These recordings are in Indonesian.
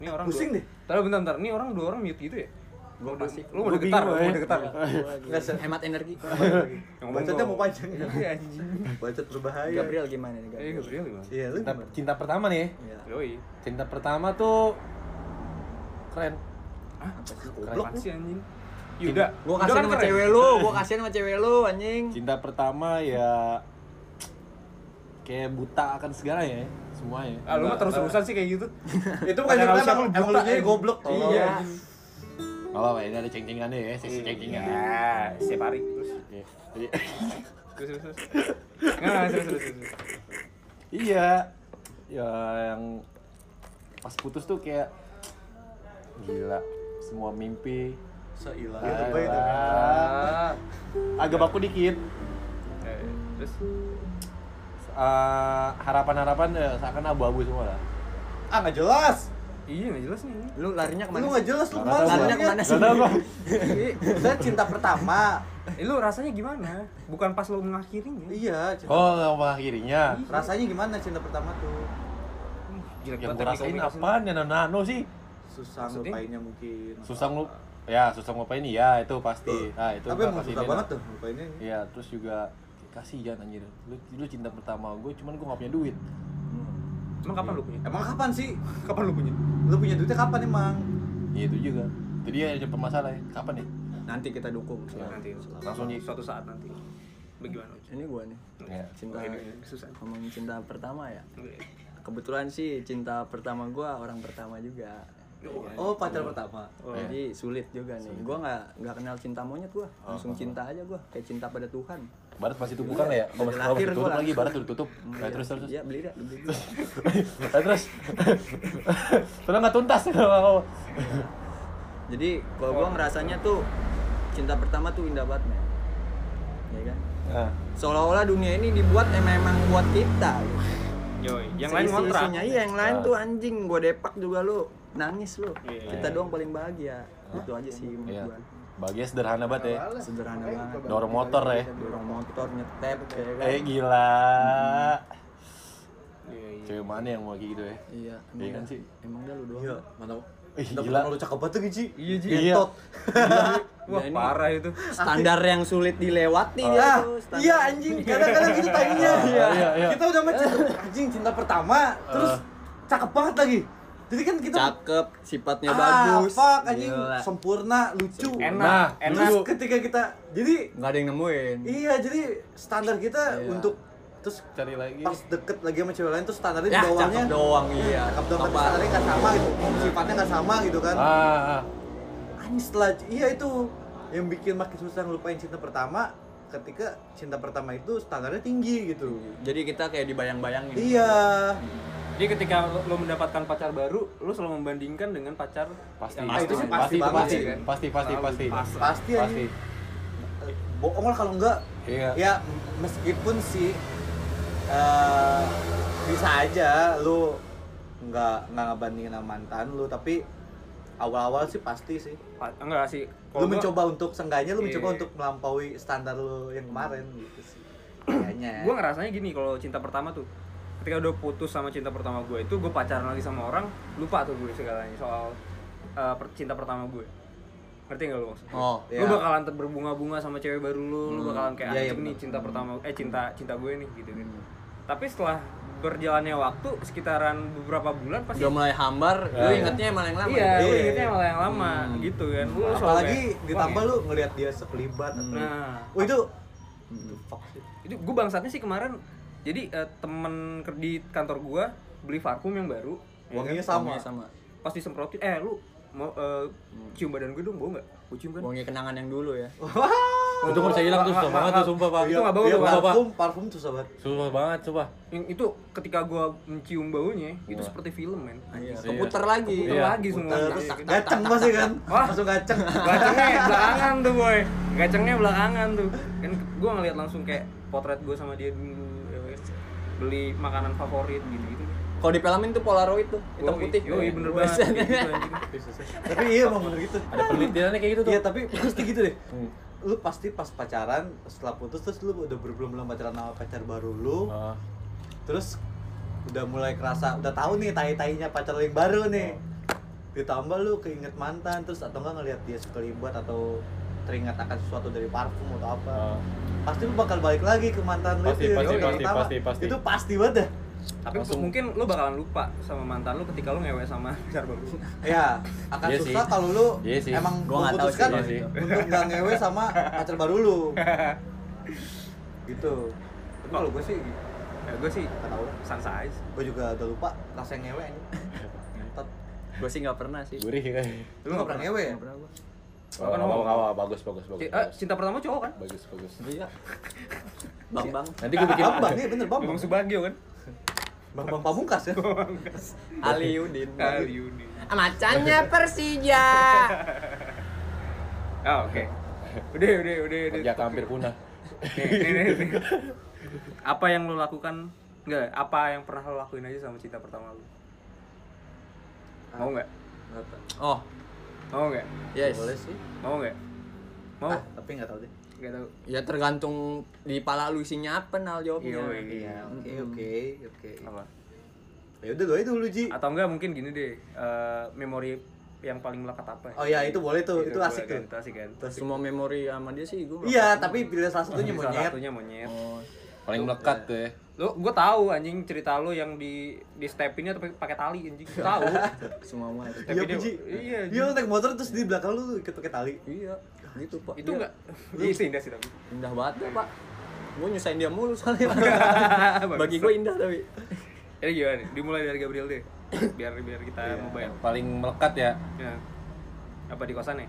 Ini orang pusing deh. Bentar. Ini orang dua orang mute gitu ya? Gua pasti. Lu mau getar. Enggak hemat energi. Bacotnya mau panjang. Iya anjing. Bacot berbahaya. Gabriel gimana nih, Gabriel gimana? Iya, lu Cinta pertama nih. Iya. Yoi. Cinta pertama tuh keren. Apa sih? Apaan sih anjing? Yuda. Gua kasihan sama cewek lu, anjing. Cinta pertama ya kayak buta akan segalanya ya, semuanya. Ah, lu mah terus-terusan sih kayak gitu. itu bukan emang lu nya goblok toh. Iya. Gak apa-apa, ini ada ceng-cengannya ya, sesi ceng-cengan. Ya, setiap hari terus. Terus. Enggak, terus. Iya. Ya yang pas putus tuh kayak gila, semua mimpi Seilah. agak baku dikit. Terus harapan-harapan ya seakan abu-abu semua lah. Enggak jelas. iya enggak jelas nih. Lu larinya kemana? Lu enggak jelas lu Nggak tahu, Larinya kemana. kemana sih? Gak tau gua. Saya cinta pertama. Lu rasanya gimana? Bukan pas lu mengakhirinya. Iya, cinta. Oh, nggak mengakhirinya. Rasanya gimana cinta pertama tuh? Jelek Yang banget gue rasain komunikasi. apaan ya nano sih? Susah Maksudnya? ngelupainnya mungkin. Susah ngelupain ya itu pasti. Nah, itu Tapi nggak emang pasti susah ini banget lah. tuh ngelupainnya. Iya, terus juga kasihan anjir. Lu cinta pertama gue, cuman gue gak punya duit. Emang kapan lu punya? Emang kapan sih? Kapan lu punya? Lu punya duitnya kapan emang? Iya itu juga. Jadi ya ada masalah ya. Kapan ya? Nanti kita dukung. Nanti Langsung nih. suatu saat nanti. Bagaimana? Ini gua nih. Iya. Cinta Ini susah. ngomongin cinta pertama ya. Kebetulan sih cinta pertama gua orang pertama juga. Oh, pacar pertama. Jadi sulit juga nih. Gua nggak kenal cinta monyet gua. Langsung cinta aja gua, kayak cinta pada Tuhan. Barat masih tubuh kan ya? Kalau Dari masih lahir tutup gua lagi, langsung. barat udah tutup. Nah, terus. Iya, beli dah, beli. Terus. Sudah nggak tuntas kalau Jadi kalau gua ngerasanya tuh cinta pertama tuh indah banget, men. Ya kan? Nah, Seolah-olah dunia ini dibuat emang buat kita. Gitu. Yoi, yang lain ngontrak. Seisi-isinya, iya, yang lain tuh anjing, gua depak juga lu. Nangis lu. Iya. Kita doang paling bahagia. Itu aja sih menurut iya. gua. Bahagia sederhana banget ya. Sederhana banget. Dorong motor ya. Dorong motor, nyetep kayak kan. Gila. Iya. Cewek mana yang mau kayak gitu ya? Iya, Iya kan sih? Emang dah lu doang. Iya, mana? Gila. Gila. Lu cakep banget tuh, Gici. Iya, Ji. Iya. Entot. Wah, ini- parah itu. Standar yang sulit dilewati dia Ah, tuh. standar. iya anjing. Kadang-kadang gitu timingnya. Iya. Kita udah anjing cinta pertama, terus cakep banget lagi. Jadi kan kita Cakep, sifatnya bagus. fuck, anjing, Gila. sempurna, lucu. Enak. Terus ketika kita jadi Nggak ada yang nemuin. iya, jadi standar kita Iya. untuk terus Cari lagi. pas deket lagi sama cewek lain tuh standarnya di Ya, bawahnya cakep doang, iya. cakep doang, tapi Apa? standarnya nggak sama gitu, sifatnya nggak sama gitu kan. Anjing setelah iya itu yang bikin makin susah ngelupain cinta pertama, ketika cinta pertama itu standarnya tinggi gitu. Jadi kita kayak dibayang-bayangin. Iya. Jadi ketika lo mendapatkan pacar baru, lo selalu membandingkan dengan pacar Pasti. yang Ah, itu sih Pasti. banget sih, kan? Pasti. Pasti anjing. Bohong lah kalau enggak. Iya. Ya meskipun sih bisa aja lu nggak ngebandingin sama mantan lu, tapi awal-awal sih pasti sih. Enggak sih. Lu mencoba untuk seenggaknya lu Iya. mencoba untuk melampaui standar lu yang kemarin gitu sih. Kayaknya. Gue ngerasanya gini kalau cinta pertama tuh, ketika udah putus sama cinta pertama gue itu, gue pacaran lagi sama orang, lupa tuh gue segalanya soal cinta pertama gue. Ngerti nggak lu maksudnya? Oh, Lu iya. bakalan berbunga-bunga sama cewek baru lu bakalan kayak Iya, iya, anjing nih bener. cinta pertama, cinta gue nih gitu kan. Tapi setelah berjalannya waktu sekitaran beberapa bulan pasti udah mulai hambar, lu iya. ingetnya malah yang lama. iya, ya? lu ingetnya malah yang lama gitu kan. Lu selalu Apalagi kayak, ditambah wah, lu ngelihat dia sekelibat atau Nah, oh itu fuck sih. itu gue bangsatnya sih kemarin. Jadi temen di kantor gue beli parfum yang baru, ya Wanginya kan? sama. Wanginya sama. Pas disemprotin, lu mau cium badan gue dong, bau nggak? Gue cium kan? Wangi kenangan yang dulu ya. Itu nggak bisa hilang tuh, susah banget tuh, sumpah Pak. Itu nggak bau Iya, tuh, Pak. parfum susah banget. Susah banget, coba. Yang itu ketika gue mencium baunya, itu seperti film men. Iya. Anjing. Keputar lagi. Keputar Iya. lagi semua. Terus Iya, gitu. gaceng pasti kan. Wah. Langsung gaceng. Gacengnya belakangan tuh boy, gacengnya belakangan tuh. Kan gue ngeliat langsung kayak potret gue sama dia dulu, ya kan? Beli makanan favorit gitu-gitu. Kalau di filmin tuh Polaroid tuh, hitam putih. Yoi, bener banget. Buset. Gitu, anjing. Tapi iya emang bener gitu. Ada penelitiannya kayak gitu tuh. Iya, tapi pasti gitu deh. Lu pasti pas pacaran, setelah putus terus lu udah belum pacaran sama pacar baru lu. Terus udah mulai kerasa, udah tahu nih tai-tainya pacar lu yang baru nih. ditambah lu keinget mantan terus atau enggak ngelihat dia sekelibat atau teringat akan sesuatu dari parfum atau apa. Pasti lu bakal balik lagi ke mantan lu Pasti, itu. pasti, Yang pasti, pertama. pasti. Itu pasti banget dah. Tapi Langsung. mungkin lu bakalan lupa sama mantan lu ketika lu ngewe sama pacar baru. Ya, akan Iya susah sih. kalau lu Iya sih. emang Gua nggak tahu memutuskan sih. Iya sih. untuk nggak ngewe sama pacar baru lu. Gitu. Tapi kalau gue sih Ya gue sih nggak tahu. sansa aja. Gue juga udah lupa rasa ngewe ini. Ngentot. Gue sih nggak pernah sih. Gurih kan. Lu nggak pernah ngewe ya? Nggak pernah gue. Bagus. Cinta pertama cowok kan? Bagus. Iya. Bang. Nanti gue bikin Bambang, iya bener Bambang. Bang Subagio kan? Bambang Pamungkas ya. Aliudin. Aliuni. Macannya Persija. Oh, oke. Udah. kerja hampir punah. Nih. Apa yang lo lakukan? Enggak, apa yang pernah lo lakuin aja sama cinta pertama lo? Mau nggak? Oh, Mau nggak? yes. Boleh sih. Mau nggak? Mau? Tapi nggak tahu deh. Nggak tahu. Ya tergantung di pala lu isinya apa nal jawabnya. Iya, oke. Apa? Ya udah gue dulu Ji. Atau enggak mungkin gini deh, memori yang paling melekat apa ya? Oh iya, itu boleh tuh. Itu asik tuh. Itu asik kan? Itu asik. Semua memori sama dia sih gue. Iya, tapi pilih salah satunya Salah monyet. satunya monyet. Oh, Paling melekat tuh ya. Lo, gue tahu anjing cerita lo yang di step ini atau pakai tali anjing. Gue tahu. semua mah. Step Iya, ini- Ji. Iya. Iya, lu naik motor terus di belakang lu tuh ikut pakai tali. Iya, gitu pak. Itu Iya. enggak. Itu indah sih tapi. Indah banget ya pak. Gue nyusahin dia mulu soalnya. Bagi gue indah tapi. Jadi gimana nih? Dimulai dari Gabriel deh. Biar kita mau bayar. Yang paling melekat ya. Ya. Apa di kosan ya?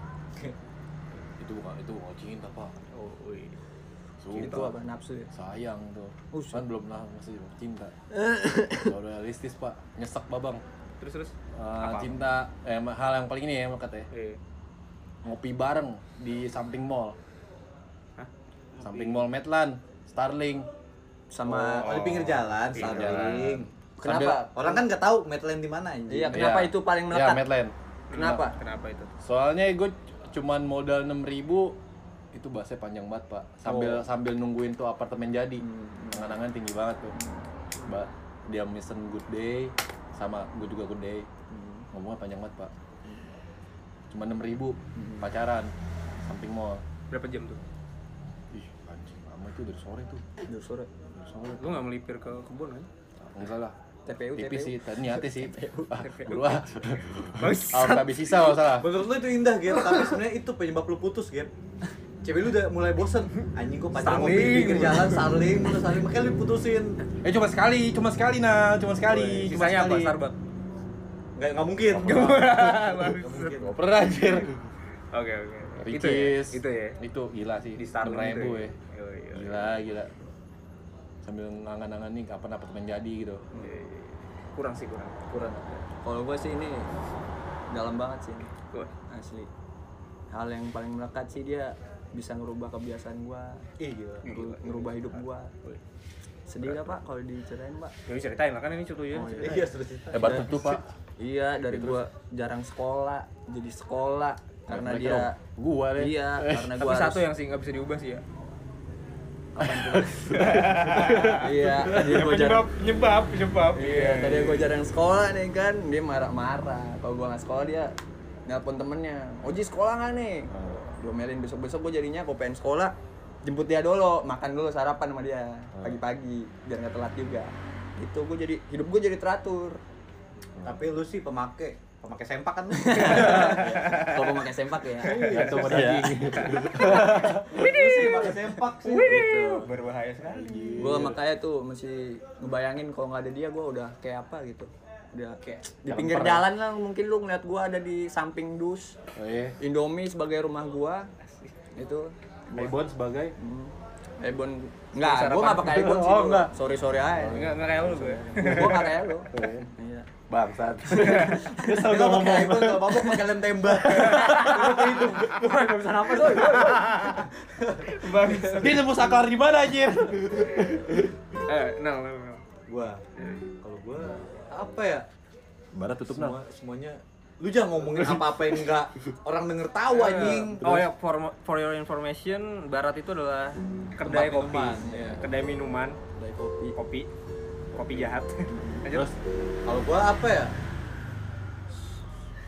Itu bukan cinta, Pak. Oh, wih. Itu apa nafsu ya? Sayang tuh. Buset. Kan belum lah masih cinta. Kalau realistis, Pak. Nyesek babang. Terus. Cinta hal yang paling ini ya melekat ya. Ngopi bareng di samping mall. Hah? Samping mall Medland, Starling. Sama Oh, di pinggir jalan, Pinggir saling. kenapa? Orang kan nggak tahu Medland di mana anjing. Iya, kenapa itu paling melekat? Ya, Medland. Kenapa? Kenapa itu? Soalnya gue cuman modal 6.000 itu bahasnya panjang banget, Pak. Sambil nungguin tuh apartemen jadi. Angan-angan tinggi banget tuh. Mbak, dia mesen good day sama gue juga good day. Ngomongnya panjang banget, Pak. Cuma 6.000 pacaran samping mall. Berapa jam tuh? Ih, anjing, lama itu dari sore tuh. Udah sore. Dari sore. Lu nggak melipir ke kebun kan? Enggak lah. TPU. Tipis sih, niatnya sih. TPU. Berdua. Habis sisa nggak salah. Menurut lu itu indah, Ger, tapi sebenarnya itu penyebab lu putus, Ger. Cewek lu udah mulai bosen. Anjing kok pacaran ngopi di pinggir jalan, saling, makanya lu putusin. Cuma sekali nah, cuma sekali. Sisanya apa? Starbucks. Nggak mungkin. Gak pernah anjir. Oke. Ricis. Itu ya. Itu gila sih. Di Starling 6.000 itu ya. Iya. Gila. Sambil ngangan-ngangan nih kapan apartemen jadi gitu. Kurang sih. Kurang. Kalau gue sih ini dalam banget sih ini. Wah. Asli. Hal yang paling melekat sih dia bisa ngerubah kebiasaan gua, Ih, gila. ngerubah hidup gua. Sedih gak pak kalau diceritain pak? Ya ceritain lah kan ini contohnya. Oh, iya. Iya, terus. Hebat tuh, Pak. Iya, dari gua jarang sekolah jadi sekolah karena Mereka dia dong. Gua deh. Iya, karena Tapi gua satu harus- yang sih nggak bisa diubah sih ya. Iya, tadi gua jarang Nyebab. Iya, tadi gua jarang sekolah nih kan, dia marah-marah. Kalau gua nggak sekolah dia nelpon temennya, Oji sekolah nggak nih? Domelin besok gua jadinya gua pengen sekolah, jemput dia dulu, makan dulu sarapan sama dia pagi-pagi biar nggak telat juga. Itu gua jadi hidup gua jadi teratur. Tapi lu sih pemakai sempak kan lu. Kalau pemakai sempak ya. Itu daging. Lu sih pakai sempak sih. Gitu. Berbahaya sekali. Gue makanya tuh mesti ngebayangin kalau nggak ada dia gue udah kayak apa gitu, udah kayak di pinggir jalan lah mungkin lu ngeliat gue ada di samping dus Oh iya. Indomie sebagai rumah gue itu Ebon sebagai Ebon enggak, gue nggak pakai Ebon sih. Oh, enggak. Sorry aja. Enggak kayak lu gue. Gue nggak kayak lu. Iya. bangsat. Kalau nggak pakai iPhone nggak mabuk pakai lem tembak. Gue nggak bisa nafas tuh. Dia nemu saklar di mana anjir? No. Gua, kalau gua apa ya? Barat tutup nah. Semuanya lu jangan ngomongin apa-apa yang enggak orang denger tahu anjing. Oh ya, for your information, Barat itu adalah kedai Tempat kopi, minuman, iya. kedai minuman, Dari kopi. kopi jahat. Lanjut. Terus Kalau gua apa ya?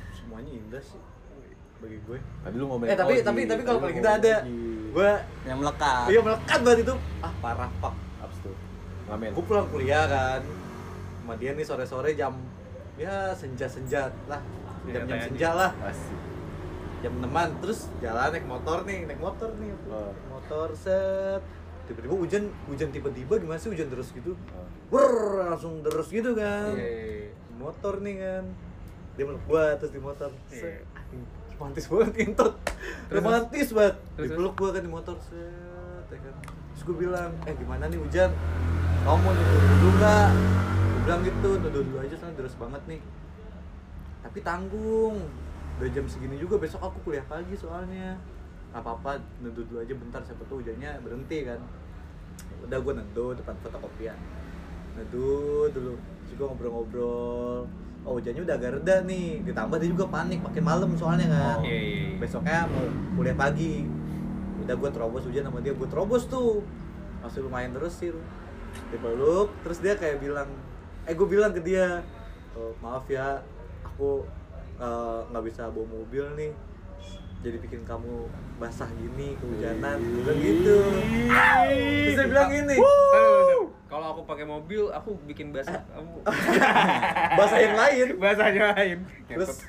semuanya indah sih bagi gue. Tadi lu ngomongin Tapi kalau paling kita ada gue Yang melekat. iya melekat banget itu. Parah pak. Abis tuh ngamen. Gue pulang kuliah kan sama dia nih sore-sore jam ya senja-senja lah, jam-jam senja lah, Asik. jam 6-an. Terus jalan naik motor nih Oh. motor set, tiba-tiba hujan tiba-tiba gimana sih, hujan terus gitu, Oh. langsung terus gitu kan. Iya. Di motor nih kan, dia meluk gua terus di motor. Iya. Romantis banget intot, romantis banget. Terus? Dipeluk gua kan di motor set, ya kan. Terus gua bilang, gimana nih hujan? Kamu mau nuduh dulu nggak? Gua bilang gitu, nuduh dulu aja soalnya deras banget nih. Tapi tanggung, udah jam segini juga, besok aku kuliah pagi soalnya. Gak apa-apa, nuduh dulu aja bentar, siapa tahu hujannya berhenti kan. Udah gua neduh depan fotokopian, neduh dulu. Terus gua ngobrol-ngobrol. Oh hujannya udah agak reda nih, ditambah dia juga panik makin malam soalnya kan. Iya. Besoknya mau kuliah pagi. Udah gue terobos hujan sama dia, gue terobos tuh. Masih lumayan terus sih. Dipeluk, terus dia kayak bilang, gue bilang ke dia, maaf ya, aku nggak bisa bawa mobil nih, jadi bikin kamu basah gini kehujanan. Gue bilang gitu. Terus dia bilang gini, Kalau aku pakai mobil, aku bikin basah kamu. basah yang lain. Bahasanya lain. Terus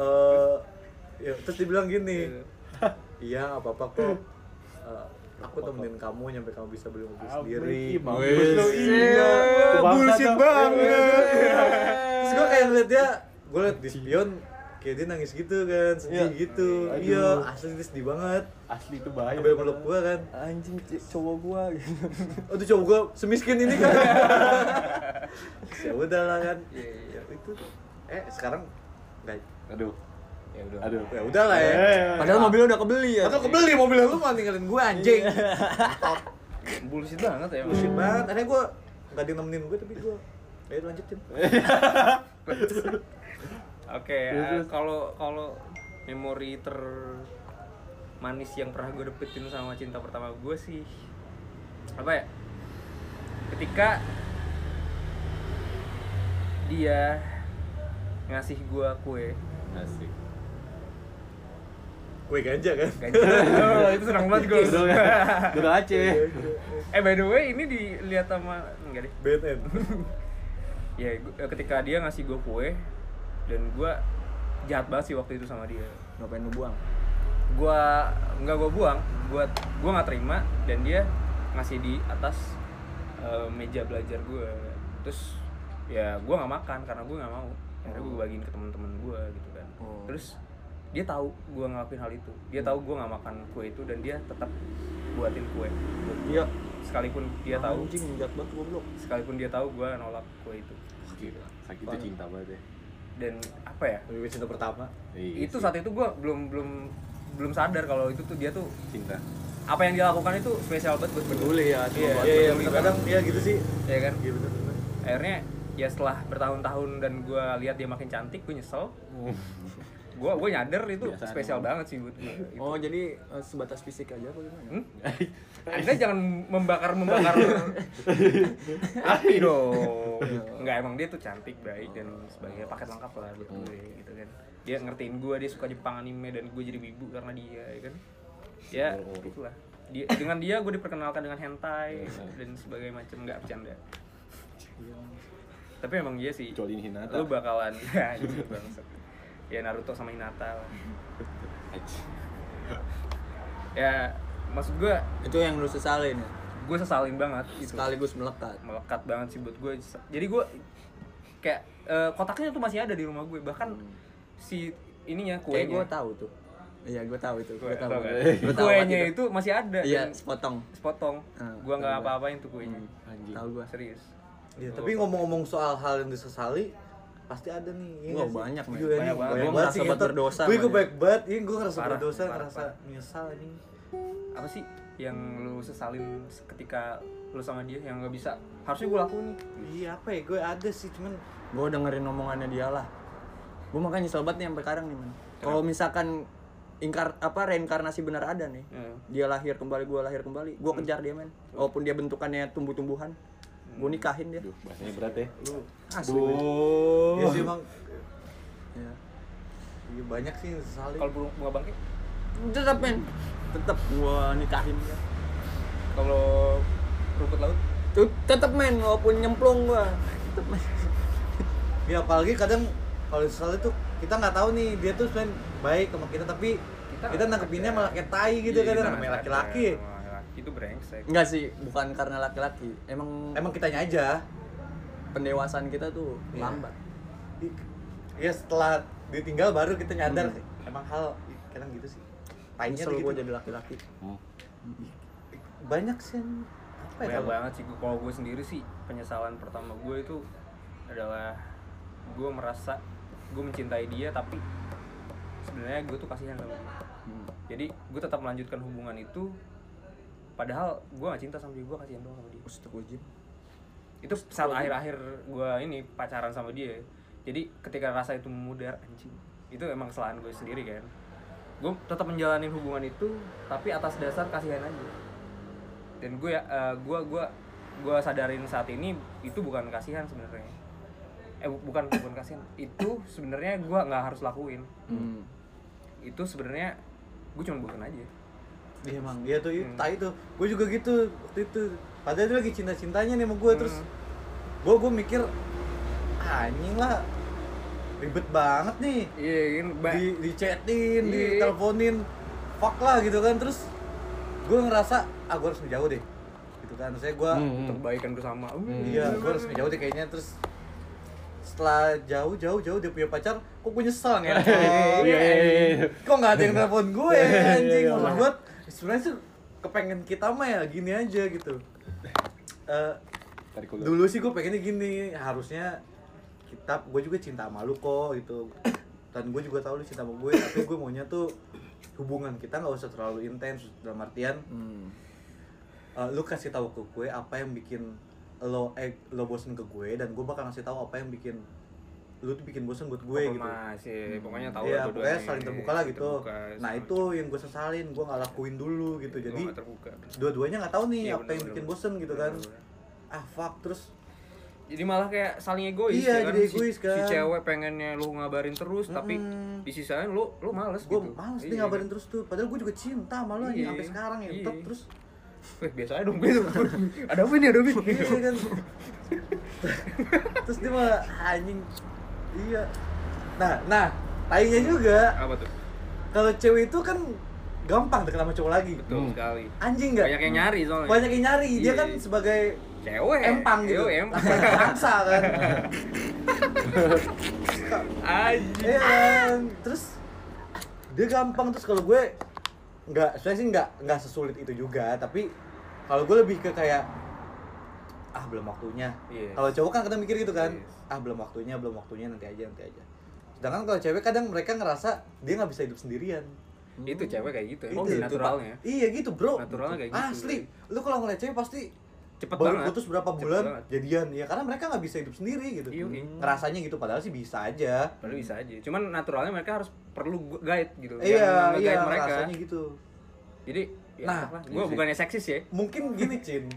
terus dibilang gini, iya nggak apa-apa kok, aku temenin kamu sampai kamu bisa beli mobil sendiri. Iya. Bullshit banget. Terus gue kayak ngeliat dia, gue liat di spion kayak dia nangis gitu kan, sedih gitu. Aduh. Iya, asli dia sedih banget. Asli itu bahaya. Sambil meluk gue kan. Anjing cowok gua gitu. Oh tuh cowok gue semiskin ini kan. Ya udah lah kan. Ya itu. Sekarang enggak. Aduh. Ya udah. Aduh. Ya udah lah ya. Padahal mobilnya udah kebeli ya. Atau kebeli mobil lu mau ninggalin gue anjing. Bullshit banget ya. Bullshit banget. Akhirnya gue nggak ada yang nemenin gue tapi gue lanjutin. Oke, kalau memori termanis yang pernah gue dapetin sama cinta pertama gue sih apa ya? Ketika dia ngasih gue kue. Asik. Kue ganja kan? Oh, itu senang banget gue. Udah Aceh. By the way, ini dilihat sama enggak deh. BNN. Ya, ketika dia ngasih gue kue dan gue jahat banget sih waktu itu sama dia. Ngapain lu buang? Gue buang, gue nggak terima dan dia ngasih di atas meja belajar gue. Terus ya gue nggak makan karena gue nggak mau. Akhirnya gue bagiin ke teman-teman gue gitu kan. Terus dia tahu gue ngelakuin hal itu. Dia tahu gue nggak makan kue itu dan dia tetap buatin kue. Iya. Sekalipun dia tahu. Anjing jahat banget goblok. Sekalipun dia tahu gue nolak kue itu. Gila, sakitnya cinta banget ya. Dan apa ya? Lebih cinta pertama. Iya Itu sih. saat itu gue belum sadar kalau itu tuh dia tuh cinta. apa yang dia lakukan itu spesial banget buat gue. Peduli ya, cuma buat Iya, peduli kadang banget. iya gitu sih. Ya kan? Iya betul. Akhirnya ya setelah bertahun-tahun dan gue lihat dia makin cantik, gue nyesel. Gue nyadar itu Biasaan spesial emang. banget sih buat gue. Oh, jadi sebatas fisik aja apa gimana? Anda jangan membakar api dong. Enggak, emang dia tuh cantik, baik dan sebagai paket lengkap lah buat gue gitu kan. Dia ngertiin gue, dia suka Jepang anime dan gue jadi wibu karena dia ya kan. Ya itulah. Dengan dia gue diperkenalkan dengan hentai dan sebagainya macam, enggak bercanda. Tapi emang iya sih. Kecuali Hinata. Lu bakalan anjir bangsat. Ya Naruto sama Hinata lah. Ya maksud gue Itu yang lu sesalin ya. gue sesalin banget gitu. Sekaligus melekat. Melekat banget sih buat gue. Jadi gue kayak kotaknya tuh masih ada di rumah gue, bahkan si ininya Kayak gue kuenya. tahu tuh. Iya, gue tahu itu. Gue tahu. Tau kan? Gua tahu Kuenya apa itu masih ada. Iya, dan sepotong. sepotong. Gue nggak tahu apa-apain tuh kuenya. Anjing. Tahu gue. Serius. Iya, tapi ngomong-ngomong soal hal yang disesali, pasti ada nih. Iya Wah, nggak sih? banyak, men. Iya, Banyak nih, banget. Gua banget ngerasa sih, banget ngetot. berdosa, Gue man. baik banget. Iya, gue ngerasa Parah, berdosa, parah, ngerasa parah. menyesal nih. Apa sih yang lu sesalin ketika lu sama dia yang nggak bisa harusnya gue lakuin nih? Iya, apa ya? Gue ada sih, cuman Gue dengerin omongannya dia lah. Gue makanya nyesel banget nih sampai sekarang nih, man. Kalau misalkan reinkarnasi benar ada nih. Dia lahir kembali, gue lahir kembali. Gue kejar dia, men. Walaupun dia bentukannya tumbuh-tumbuhan. Gue nikahin dia. Aduh, bahasanya berat ya. lu Asli. ya sih emang Ya. Iya banyak sih yang sesalin. Kalau bunga bangkai, Tetep men, tetep gua nikahin dia. kalau rumput laut, Tetep men, walaupun nyemplung gua. Tetep men. Ya apalagi kadang kalau sesal itu kita nggak tahu nih dia tuh sebenarnya baik sama kita tapi kita nangkepinnya malah kayak tai gitu iya, kadang kita namanya nggak laki-laki. sadar, sama laki itu brengsek. Enggak sih, bukan karena laki-laki. Emang kitanya aja. Pendewasaan kita tuh Iya. lambat. Ya setelah ditinggal baru kita nyadar emang hal kadang gitu sih. Tainya Nyesel tuh gua gitu. jadi laki-laki. Banyak sih yang apa ya Banyak kalau banget sih. Kalau gue sendiri sih, penyesalan pertama gue itu adalah gue merasa gue mencintai dia tapi sebenarnya gue tuh kasihan sama dia. Jadi gue tetap melanjutkan hubungan itu padahal gue gak cinta sama dia, gue kasihan doang sama dia. Astagfirullahaladzim. Itu saat akhir-akhir gue ini pacaran sama dia. Jadi ketika rasa itu memudar, anjing, itu emang kesalahan gue sendiri kan. Gue tetap menjalani hubungan itu tapi atas dasar kasihan aja. Dan gue gue sadarin saat ini itu bukan kasihan sebenarnya. Bukan kasihan. Itu sebenarnya gue nggak harus lakuin. Itu sebenarnya gue cuma bosan aja. Iya emang dia tuh tai tuh. Gue juga gitu waktu itu. Padahal dia lagi cinta-cintanya nih sama gue terus gue mikir anjing lah ribet banget nih. Iya kan, Di chatin, Iya. diteleponin, fuck lah gitu kan. Terus gue ngerasa gue harus menjauh deh gitu kan. Maksudnya gue untuk kebaikan bersama. iya gue harus menjauh deh kayaknya. Terus setelah jauh dia punya pacar, kok gue nyesel nih. Kok nggak ada yang telepon gue anjing. Maksud gue sebenarnya sih kepengen kita mah ya gini aja gitu. Dulu sih gue pengennya gini, harusnya gue juga cinta sama lu kok gitu. Dan gue juga tahu lu cinta sama gue, tapi gue maunya tuh hubungan kita nggak usah terlalu intens dalam artian lu kasih tahu ke gue apa yang bikin lo bosen ke gue dan gue bakal ngasih tahu apa yang bikin lu tuh bikin bosen buat gue gitu. Masih, pokoknya tahu Iya, lah pokoknya saling terbuka lah gitu. Nah sama- itu yang gue sesalin, gue nggak lakuin dulu gitu. Gua Jadi nggak terbuka. dua-duanya nggak tahu nih Iya, apa yang bener-bener. bikin bosen gitu kan. Bener-bener. Fuck terus. Jadi malah kayak saling egois Iya, ya kan. jadi egois Si kan. cewek pengennya lu ngabarin terus tapi di sisanya lu males Gue gitu. males Iya, nih ngabarin terus tuh. Padahal gue juga cinta sama lo Iya. sampai sekarang ya. Iya. Tetep terus. Biasa aja dong gitu. Ada apa nih? Iya kan. Terus dia malah anjing. Iya. Nah, tainya juga. Apa tuh? Kalau cewek itu kan gampang deket sama cowok lagi. Betul sekali. Anjing nggak? Banyak yang nyari soalnya. Banyak yang nyari. Dia Iya. kan sebagai Cewek. empang gitu. Empang. Bangsa kan. Anjing. Iya kan. Terus dia gampang terus kalau gue saya sih nggak sesulit itu juga, tapi kalau gue lebih ke kayak belum waktunya. Yes. Kalau cowok kan kadang mikir gitu kan, Yes. belum waktunya nanti aja. Sedangkan kalau cewek kadang mereka ngerasa dia nggak bisa hidup sendirian. Itu cewek kayak gitu. Itu, Emang naturalnya. Iya gitu bro. Naturalnya kayak gitu. Asli. Lu kalau ngeliat cewek pasti Cepet baru banget. putus berapa Cepet bulan banget. jadian ya karena mereka nggak bisa hidup sendiri gitu. Iya. Ngerasanya gitu padahal sih bisa aja. Padahal bisa aja. Cuman naturalnya mereka harus perlu guide gitu. Iya, Yang iya nge-guide mereka. rasanya gitu. Jadi ya Nah, gue bukannya seksis ya. Mungkin gini, Cin.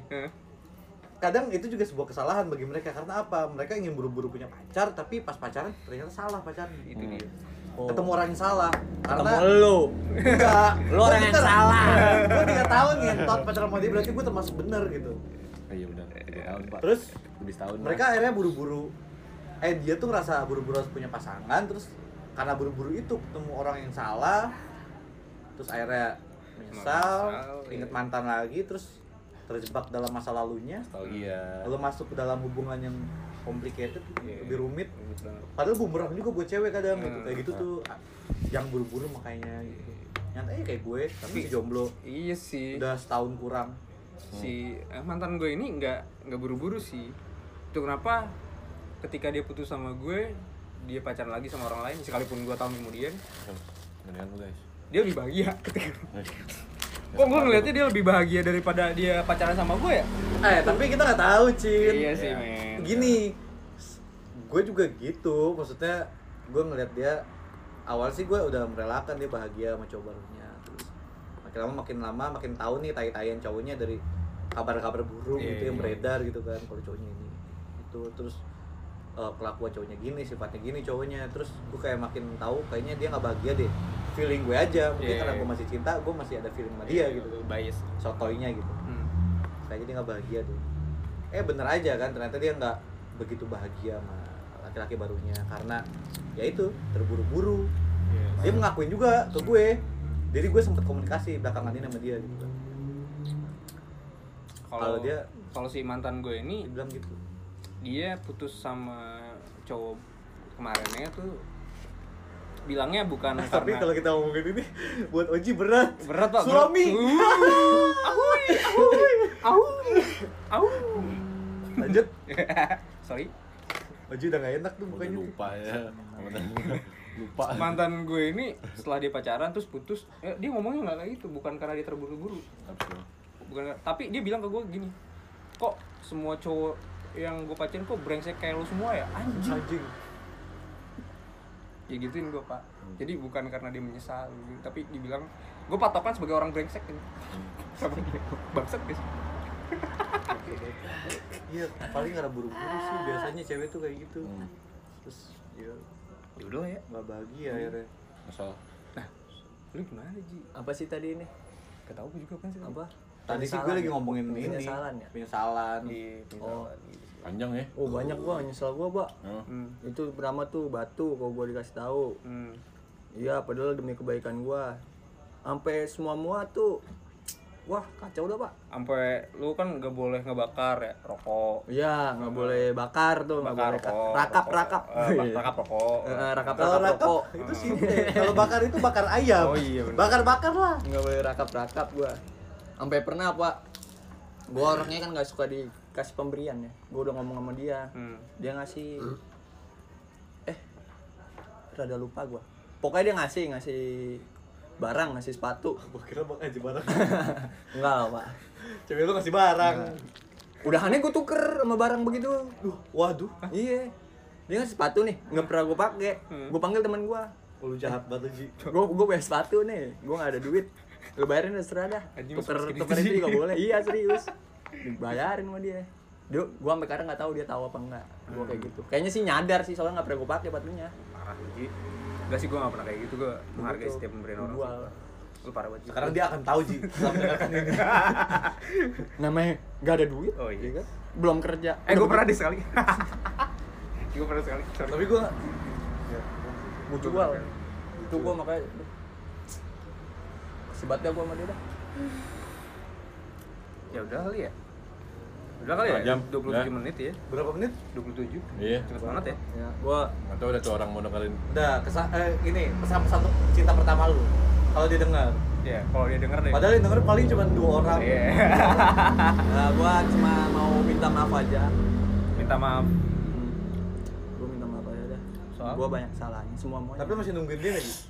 Kadang itu juga sebuah kesalahan bagi mereka karena apa? Mereka ingin buru-buru punya pacar tapi pas pacaran ternyata salah pacarnya. Itu dia. Ketemu orang yang salah. Ketemu Karena lu. enggak, Lu orang yang salah. Gue 3 tahun ngentot pacaran sama dia berarti gue termasuk bener gitu. Iya benar. 3 tahun, Pak. Terus Lebih setahun. mereka akhirnya buru-buru dia tuh ngerasa buru-buru harus punya pasangan terus karena buru-buru itu ketemu orang yang salah terus akhirnya menyesal, inget mantan lagi terus terjebak dalam masa lalunya nostalgia. lalu masuk ke dalam hubungan yang complicated, Iya. lebih rumit Rumit banget. padahal bumerang juga buat cewek kadang gitu kayak gitu tuh yang buru-buru makanya gitu nyatanya kayak gue tapi si jomblo Iya sih. udah setahun kurang Si mantan gue ini nggak buru-buru sih. Itu kenapa ketika dia putus sama gue, dia pacaran lagi sama orang lain sekalipun 2 tahun kemudian, Dengan lu guys. dia lebih bahagia ketika kok gue ngeliatnya dia lebih bahagia daripada dia pacaran sama gue ya? tapi kita nggak tahu Cin Iya sih men. gini gue juga gitu maksudnya gue ngeliat dia awal sih gue udah merelakan dia bahagia sama cowok barunya terus makin lama makin tahu nih tai-taian cowoknya dari kabar-kabar buruk Iya, gitu yang iya. beredar gitu kan kalau cowoknya ini itu terus kelakuan cowoknya gini, sifatnya gini cowoknya. Terus gue kayak makin tahu kayaknya dia nggak bahagia deh. Feeling gue aja, mungkin Iya. karena gue masih cinta, gue masih ada feeling sama dia gitu. Bias. Sotoynya gitu. Hmm. Kayaknya dia nggak bahagia tuh. Bener aja kan, ternyata dia nggak begitu bahagia sama laki-laki barunya karena ya itu terburu-buru. Dia mengakuin juga ke gue. Jadi gue sempet komunikasi belakangan ini sama dia gitu. Kalau si mantan gue ini Dia bilang gitu. dia putus sama cowok kemarinnya tuh bilangnya bukan Tapi karena kalau kita ngomongin ini buat Oji berat. berat pak. Suami. Ahui, au. Lanjut. Sorry. Oji udah gak enak tuh Udah mukanya. lupa ya. Lupa. Mantan gue ini setelah dia pacaran terus putus, dia ngomongnya nggak kayak gitu, bukan karena dia terburu-buru, tapi dia bilang ke gue gini, kok semua cowok yang gue pacarin kok brengsek kayak lu semua ya, anjing. Ya gituin gue pak. Jadi bukan karena dia menyesal, tapi dibilang gue patokan sebagai orang brengsek ini. Sama dia, bangsat guys. Iya, paling karena buru-buru sih biasanya cewek tuh kayak gitu. Terus ya Yaudah ya. nggak bahagia akhirnya. Masalah. Lu gimana Ji? Apa sih tadi ini? Gak tau gue juga kan sih. Apa? Tadi sih gue lagi ngomongin ini. Penyesalan ya? Penyesalan. Iya, penyesalan gitu. Panjang ya. Oh banyak gua nyesel gua, Pak. Hmm. Itu pertama tuh batu kalau gua dikasih tahu. Hmm. Iya, padahal demi kebaikan gua. Sampai semua tuh wah, kacau dah, Pak. Sampai lu kan nggak boleh ngebakar ya rokok. Iya, nggak boleh bakar tuh, nggak Bakar boleh rokok. rakap. Rakap rokok. Rakap Kalau rakap rokok. itu sih. Kalau bakar itu bakar ayam. Oh iya, bener. Bakar-bakar lah. Nggak boleh rakap gua. Sampai pernah, Pak. Gua orangnya kan nggak suka dikasih pemberian ya. Gua udah ngomong sama dia. Dia ngasih rada lupa gua. Pokoknya dia ngasih barang, ngasih sepatu. Gua kira bang aja barang. Enggak lah, Pak. Cewek lu ngasih barang. Udahannya gue tuker sama barang begitu. Waduh. Iya. Dia ngasih sepatu nih, nggak pernah gue pakai. Gue panggil teman gue. Lu jahat banget Ji. Gue punya sepatu nih, gue nggak ada duit. Lu bayarin terserah dah. Anjing, Tuker segitu tuker sih. itu juga boleh. Iya serius. Dibayarin sama dia. Gue sampai sekarang nggak tahu dia tahu apa enggak. Gue kayak gitu. Kayaknya sih nyadar sih, soalnya nggak pernah gue pakai sepatunya. Parah Ji. Enggak sih, gue gak pernah kayak gitu, gue menghargai Betul. setiap pemberian orang Jual. sih. Lu parah banget Ji. Sekarang dia akan tahu Ji. Setelah mendengarkan ini. Namanya nggak ada duit. Oh, iya. kan? Belum kerja. Gue pernah deh sekali. Gue pernah sekali. Sorry. Tapi gua Gue jual. Itu gue makanya sebatnya gue sama dia dah. Ya udah kali ya. Udah kali ya? Setengah jam. 27 Ya. menit ya. berapa menit? 27. Iya. Cepet banget ya. Ya, gue Nggak tahu udah tuh orang mau dengerin. Udah ini pesan-pesan untuk cinta pertama lu. Kalau dia dengar. Ya, kalau dia denger deh. Padahal yang denger paling cuma 2 orang. Iya. gua cuma mau minta maaf aja. Minta maaf. Gue minta maaf aja dah. Soal? Gue banyak salahnya semua. Tapi lu masih nungguin dia nggak Ji?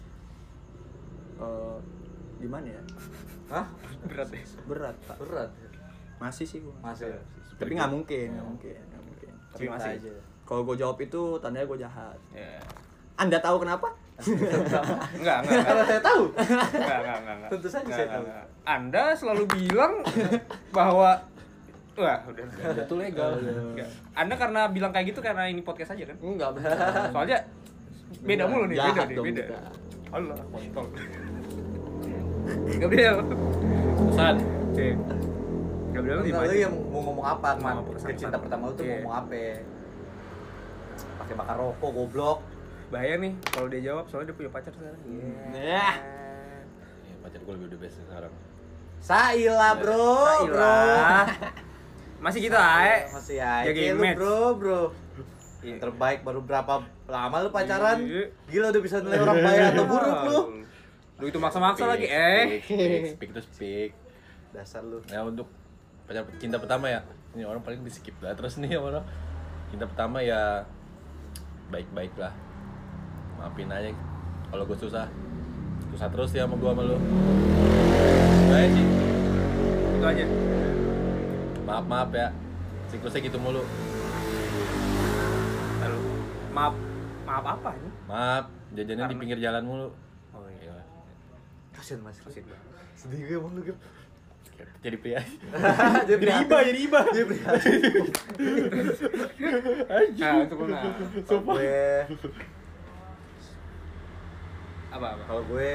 Gimana ya? Hah? Berat deh. Berat, Pak. Berat. Masih sih gue. Masih. Tapi nggak mungkin, nggak mungkin. Tapi Cinta masih. aja. Kalau gue jawab itu tandanya gue jahat. Ya. Anda tahu kenapa? Enggak. Karena saya tahu. Enggak. Tentu saja saya tahu. Anda selalu bilang bahwa wah, udah tuh legal. Enggak. Anda karena bilang kayak gitu karena ini podcast aja kan? Enggak, Soalnya beda mulu nih, Jahat beda. dong kita. Allah, kontol. Gabriel. Pesan. Cek. Gabriel lu Lu yang mau ngomong apa? Mau apa, Ke kesan-kesan? cinta pertama lu tuh Iya. mau ngomong apa? Pakai bakar rokok goblok. bahaya nih kalau dia jawab soalnya dia punya pacar sekarang. Ya. Iya, pacar gue lebih udah best sekarang. Saila, Bro. Saila. Masih gitu ae. Masih aja. Jaga Lu, image. bro. Iya. Yang terbaik baru berapa lama lu pacaran? Iya. Gila udah bisa nilai orang baik atau buruk lu. Lu itu maksa-maksa lagi, Speak to speak. Dasar lu. Ya untuk pacar cinta pertama ya. Ini orang paling di skip lah terus nih orang. Cinta pertama ya baik-baik lah. Maafin aja kalau gue susah terus ya sama gue sama lu. Baik sih. Itu aja. Maaf ya. Siklusnya gitu mulu. Lalu, maaf apa ini? Maaf, jajannya di Karena- pinggir jalan mulu. Oh iya. Gila. Kasian Mas. Kasian banget. Sedih gue emang lu, Gep. Jadi pria. Jadi Jadi iba. Jadi pria. Nah, untuk lu nah. Kalau gue Apa? kalau gue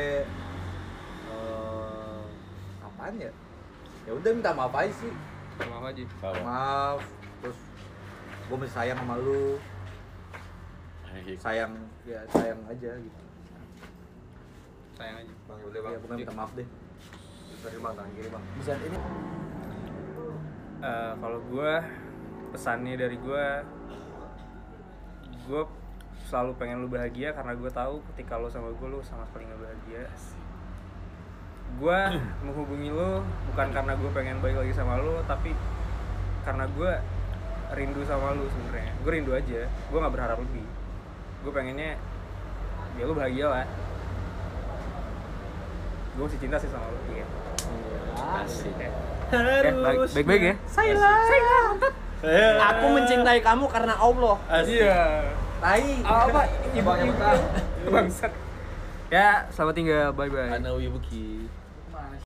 apaan ya? Ya udah minta maaf aja sih. Maaf aja. Maaf. Terus gue masih sayang sama lu. Sayang aja gitu. Sayang aja. Bang, udah bang. Ya pokoknya minta maaf deh. Sorry bang, tangan kiri bang. Bisa ini Kalau gue pesannya dari gue selalu pengen lu bahagia karena gue tahu ketika lu sama gue lu sama sekali nggak bahagia. Gue menghubungi lu bukan karena gue pengen balik lagi sama lu, tapi karena gue rindu sama lu sebenarnya. Gue rindu aja, gue nggak berharap lebih. Gue pengennya ya lu bahagia lah. Gue masih cinta sih sama lu. Iya. Asik. Harus baik-baik ya. Aku mencintai kamu karena Allah. Asik. Iya. Tai. Apa? Ibu bangsat. Ya, selamat tinggal. Bye bye. Ana wibuki.